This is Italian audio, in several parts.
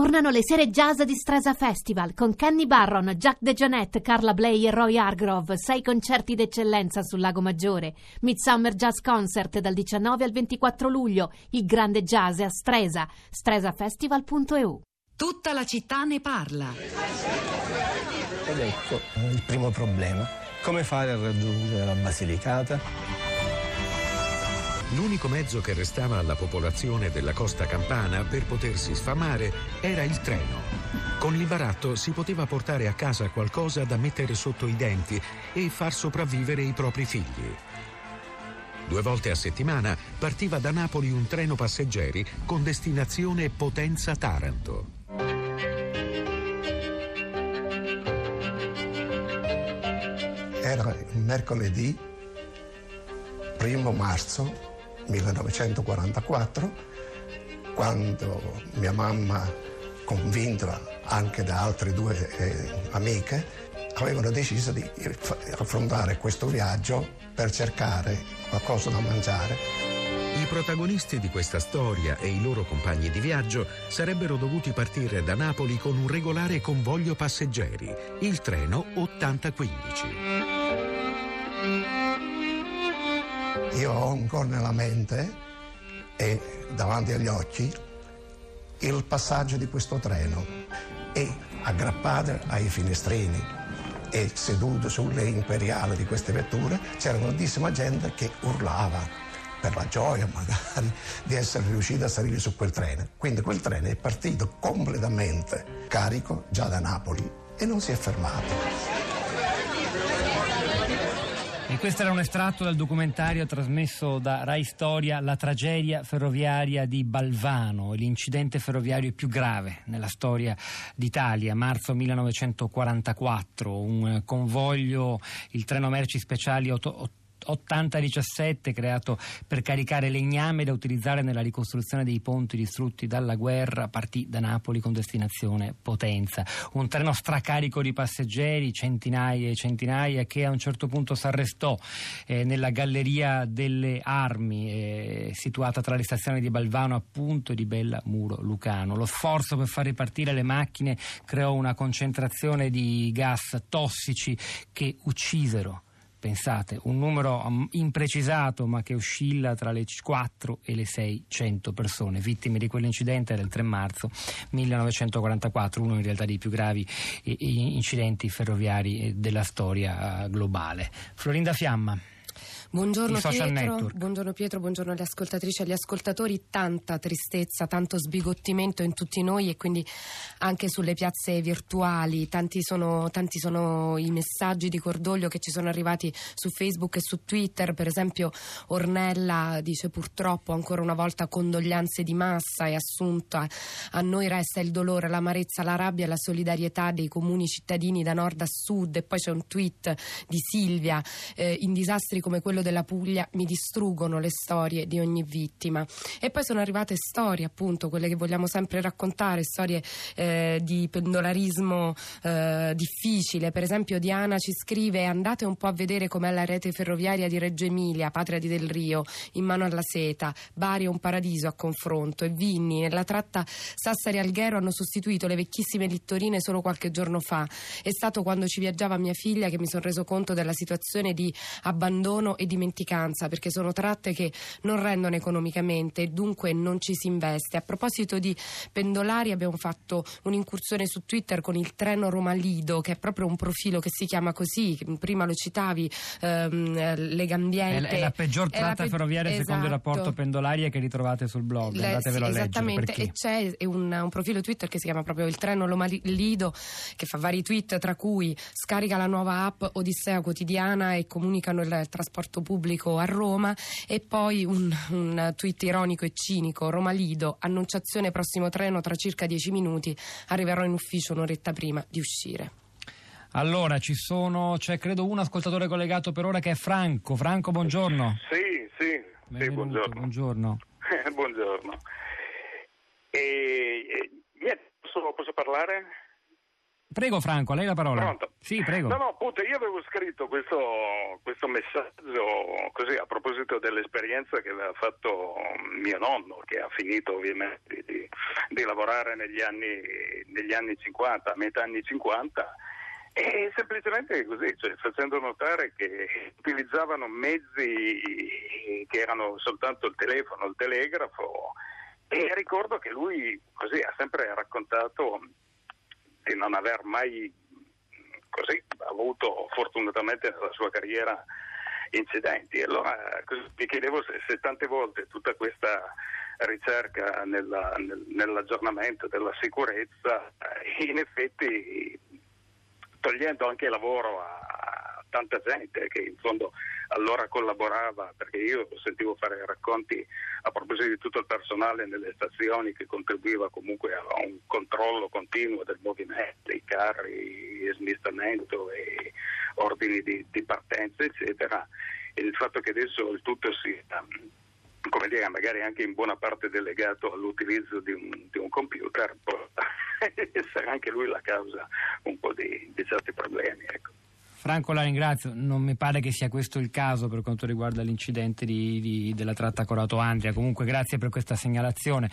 Tornano le sere jazz di Stresa Festival con Kenny Barron, Jack DeJohnette, Carla Bley e Roy Hargrove. 6 concerti d'eccellenza sul Lago Maggiore. Midsummer Jazz Concert dal 19 al 24 luglio. Il grande jazz è a Stresa. stresafestival.eu. Tutta la città ne parla. Ed ecco il primo problema. Come fare a raggiungere la Basilicata? L'unico mezzo che restava alla popolazione della costa campana per potersi sfamare era il treno. Con il baratto si poteva portare a casa qualcosa da mettere sotto i denti e far sopravvivere i propri figli. 2 volte a settimana partiva da Napoli un treno passeggeri con destinazione Potenza-Taranto. Era il mercoledì 1 marzo 1944, quando mia mamma, convinta anche da altre 2 amiche, avevano deciso di affrontare questo viaggio per cercare qualcosa da mangiare. I protagonisti di questa storia e i loro compagni di viaggio sarebbero dovuti partire da Napoli con un regolare convoglio passeggeri, il treno 8015. Io ho ancora nella mente e davanti agli occhi il passaggio di questo treno e aggrappate ai finestrini e seduto sulle imperiali di queste vetture c'era moltissima gente che urlava per la gioia magari di essere riuscita a salire su quel treno. Quindi quel treno è partito completamente carico già da Napoli e non si è fermato. E questo era un estratto dal documentario trasmesso da Rai Storia, La tragedia ferroviaria di Balvano, l'incidente ferroviario più grave nella storia d'Italia, marzo 1944, un convoglio, il treno merci speciali 8017, creato per caricare legname da utilizzare nella ricostruzione dei ponti distrutti dalla guerra, partì da Napoli con destinazione Potenza. Un treno stracarico di passeggeri, centinaia e centinaia, che a un certo punto si arrestò nella Galleria delle Armi, situata tra le stazioni di Balvano appunto e di Bella Muro Lucano. Lo sforzo per far ripartire le macchine creò una concentrazione di gas tossici che uccisero, pensate, un numero imprecisato ma che oscilla tra le 4 e le 600 persone. Vittime di quell'incidente era il 3 marzo 1944, uno in realtà dei più gravi incidenti ferroviari della storia globale. Florinda Fiamma. Buongiorno Pietro, buongiorno alle ascoltatrici e agli ascoltatori. Tanta tristezza, tanto sbigottimento in tutti noi e quindi anche sulle piazze virtuali. Tanti sono i messaggi di cordoglio che ci sono arrivati su Facebook e su Twitter. Per esempio Ornella dice: purtroppo ancora una volta condoglianze di massa, e Assunta: a noi resta il dolore, l'amarezza, la rabbia e la solidarietà dei comuni cittadini da nord a sud. E poi c'è un tweet di Silvia: in disastri come quello della Puglia mi distruggono le storie di ogni vittima. E poi sono arrivate storie, appunto, quelle che vogliamo sempre raccontare, storie di pendolarismo difficile. Per esempio Diana ci scrive: andate un po' a vedere com'è la rete ferroviaria di Reggio Emilia, patria di Del Rio, in mano alla seta. Bari è un paradiso a confronto, e Vinni nella tratta Sassari-Alghero hanno sostituito le vecchissime littorine solo qualche giorno fa. È stato quando ci viaggiava mia figlia che mi sono reso conto della situazione di abbandono e dimenticanza, perché sono tratte che non rendono economicamente e dunque non ci si investe. A proposito di pendolari, abbiamo fatto un'incursione su Twitter con il treno Roma-Lido, che è proprio un profilo che si chiama così, prima lo citavi, Legambiente. È la peggior tratta ferroviaria, esatto, secondo il rapporto pendolaria che ritrovate sul blog, andatevelo a leggere. Esattamente, e c'è un profilo Twitter che si chiama proprio il treno Roma-Lido, che fa vari tweet, tra cui scarica la nuova app Odissea Quotidiana e comunicano il trasporto pubblico a Roma. E poi un tweet ironico e cinico: Roma Lido, annunciazione prossimo treno tra circa 10 minuti, arriverò in ufficio un'oretta prima di uscire. Allora c'è credo un ascoltatore collegato per ora, che è Franco. Franco, buongiorno. Sì, buongiorno. Buongiorno. Buongiorno. Posso parlare? Prego Franco, a lei la parola. Pronto? Sì, prego. No, appunto, io avevo scritto questo messaggio così a proposito dell'esperienza che aveva fatto mio nonno, che ha finito ovviamente lavorare negli anni 50, a metà anni 50, e semplicemente così, cioè facendo notare che utilizzavano mezzi che erano soltanto il telefono, il telegrafo, e ricordo che lui così ha sempre raccontato di non aver mai così avuto fortunatamente nella sua carriera incidenti. Allora mi chiedevo se tante volte tutta questa ricerca nell'aggiornamento della sicurezza, in effetti togliendo anche lavoro a tanta gente che in fondo allora collaborava, perché io sentivo fare racconti a proposito di tutto il personale nelle stazioni che contribuiva comunque a un controllo continuo del movimento, dei carri, smistamento e ordini di partenza, eccetera. E il fatto che adesso il tutto sia, come dire, magari anche in buona parte delegato all'utilizzo di un computer, sarà anche lui la causa un po' di certi problemi, ecco. Franco, la ringrazio. Non mi pare che sia questo il caso per quanto riguarda l'incidente della tratta Corato-Andria. Comunque grazie per questa segnalazione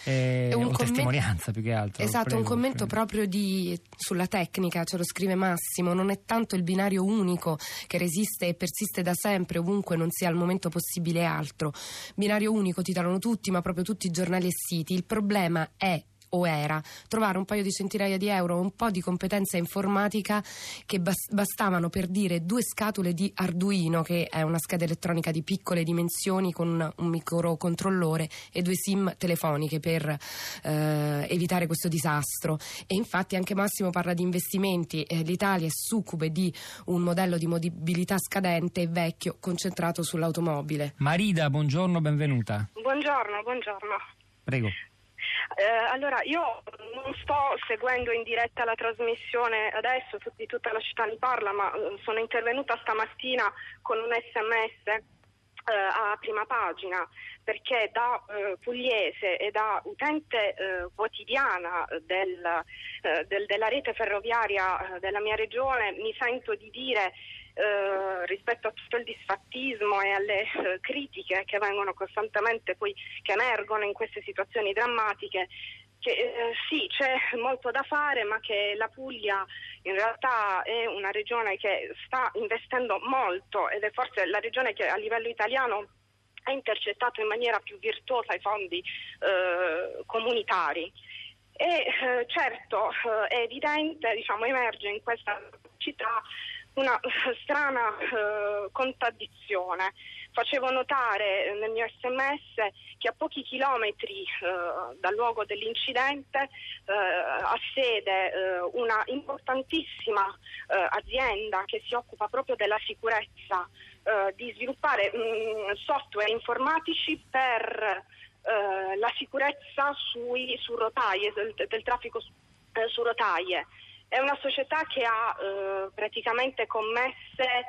o testimonianza più che altro. Esatto, prego, un commento proprio sulla tecnica, ce lo scrive Massimo. Non è tanto il binario unico che resiste e persiste da sempre ovunque non sia al momento possibile altro. Binario unico titolano tutti, ma proprio tutti i giornali e siti. Il problema è o era trovare un paio di centinaia di euro, un po' di competenza informatica che bastavano per dire 2 scatole di Arduino, che è una scheda elettronica di piccole dimensioni con un microcontrollore, e 2 SIM telefoniche per evitare questo disastro. E infatti anche Massimo parla di investimenti. L'Italia è succube di un modello di mobilità scadente e vecchio concentrato sull'automobile. Marida, buongiorno, benvenuta. Buongiorno. Prego. Allora, io non sto seguendo in diretta la trasmissione adesso di Tutta la città ne parla, ma sono intervenuta stamattina con un SMS a prima pagina, perché da pugliese e da utente quotidiana della rete ferroviaria della mia regione mi sento di dire, rispetto a tutto il disfattismo e alle critiche che vengono costantemente poi, che emergono in queste situazioni drammatiche, che sì, c'è molto da fare, ma che la Puglia in realtà è una regione che sta investendo molto ed è forse la regione che a livello italiano ha intercettato in maniera più virtuosa i fondi comunitari. E certo è evidente, emerge in questa città una strana contraddizione. Facevo notare nel mio SMS che a pochi chilometri dal luogo dell'incidente ha sede una importantissima azienda che si occupa proprio della sicurezza, di sviluppare software informatici per la sicurezza su rotaie, del traffico su rotaie. È una società che ha praticamente commesse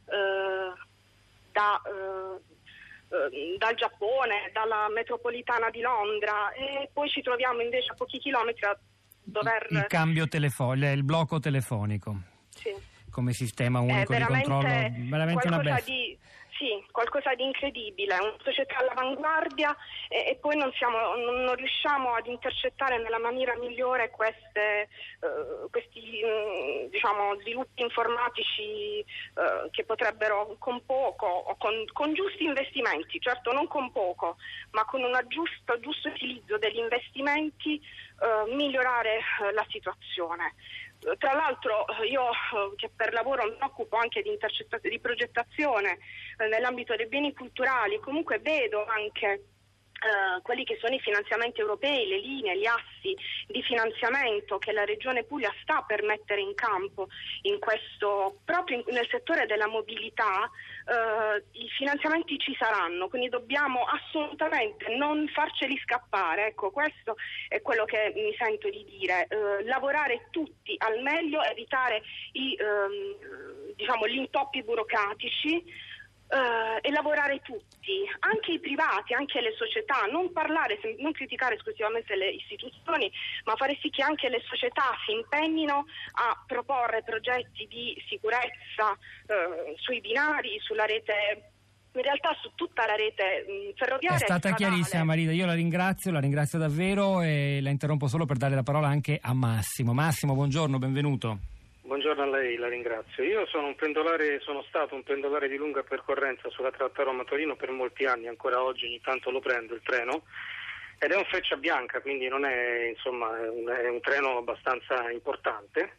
dal Giappone, dalla metropolitana di Londra, e poi ci troviamo invece a pochi chilometri a dover... Il cambio telefonico, il blocco telefonico, sì, come sistema unico di controllo, veramente una beffa. Sì, qualcosa di incredibile, una società all'avanguardia e poi non riusciamo ad intercettare nella maniera migliore questi sviluppi informatici che potrebbero con poco o con giusti investimenti, certo non con poco, ma con un giusto utilizzo degli investimenti migliorare la situazione. Tra l'altro io che per lavoro mi occupo anche di progettazione nell'ambito dei beni culturali, comunque vedo anche quelli che sono i finanziamenti europei, le linee, gli assi di finanziamento che la Regione Puglia sta per mettere in campo proprio nel settore della mobilità. I finanziamenti ci saranno, quindi dobbiamo assolutamente non farceli scappare. Ecco, questo è quello che mi sento di dire, lavorare tutti al meglio, evitare gli intoppi burocratici, e lavorare tutti, anche i privati, anche le società, non criticare esclusivamente le istituzioni, ma fare sì che anche le società si impegnino a proporre progetti di sicurezza sui binari, sulla rete in realtà su tutta la rete ferroviaria. È stata chiarissima, Marina, io la ringrazio davvero e la interrompo solo per dare la parola anche a Massimo. Massimo, buongiorno, benvenuto. Buongiorno a lei, la ringrazio. Io sono stato un pendolare di lunga percorrenza sulla tratta Roma-Torino per molti anni, ancora oggi ogni tanto lo prendo il treno, ed è un Frecciabianca, quindi non è, insomma, è un treno abbastanza importante,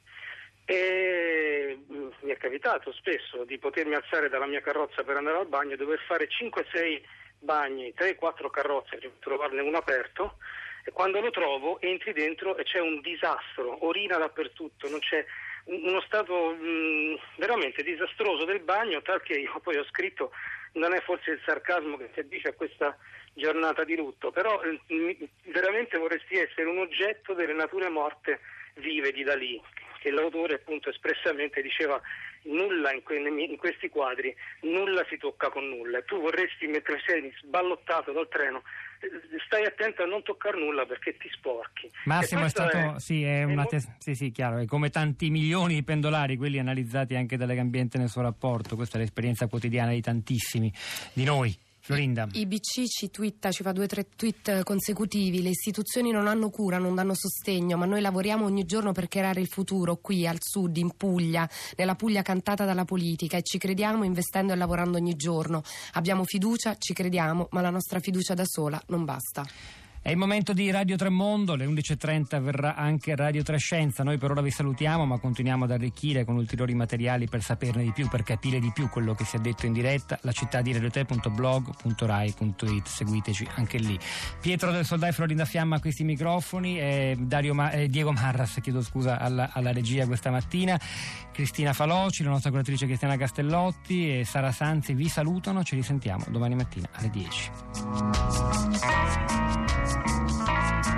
e mi è capitato spesso di potermi alzare dalla mia carrozza per andare al bagno e dover fare 5-6 bagni, 3-4 carrozze per trovarne uno aperto, e quando lo trovo entri dentro e c'è un disastro, orina dappertutto, non c'è uno stato veramente disastroso del bagno, tal che io poi ho scritto, non è forse il sarcasmo che si addice a questa giornata di lutto, però veramente vorresti essere un oggetto delle nature morte vive di Dalì, che l'autore appunto espressamente diceva nulla in questi quadri, nulla si tocca con nulla, e tu vorresti, mentre sei sballottato dal treno, stai attento a non toccare nulla perché ti sporchi. Massimo è stato chiaro, è come tanti milioni di pendolari, quelli analizzati anche da Legambiente nel suo rapporto. Questa è l'esperienza quotidiana di tantissimi di noi. Florinda. IBC ci fa 2 o 3 tweet consecutivi: le istituzioni non hanno cura, non danno sostegno, ma noi lavoriamo ogni giorno per creare il futuro qui al sud, in Puglia, nella Puglia cantata dalla politica, e ci crediamo investendo e lavorando ogni giorno. Abbiamo fiducia, ci crediamo, ma la nostra fiducia da sola non basta. È il momento di Radio Tremondo, alle 11.30 verrà anche Radio Trescenza. Noi per ora vi salutiamo, ma continuiamo ad arricchire con ulteriori materiali per saperne di più, per capire di più quello che si è detto in diretta. La città di radiote.blog.rai.it, seguiteci anche lì. Pietro del Soldà e Florinda Fiamma a questi microfoni, Diego Marras, alla regia questa mattina, Cristina Faloci, la nostra curatrice Cristiana Castellotti e Sara Sanzi vi salutano. Ci risentiamo domani mattina alle 10.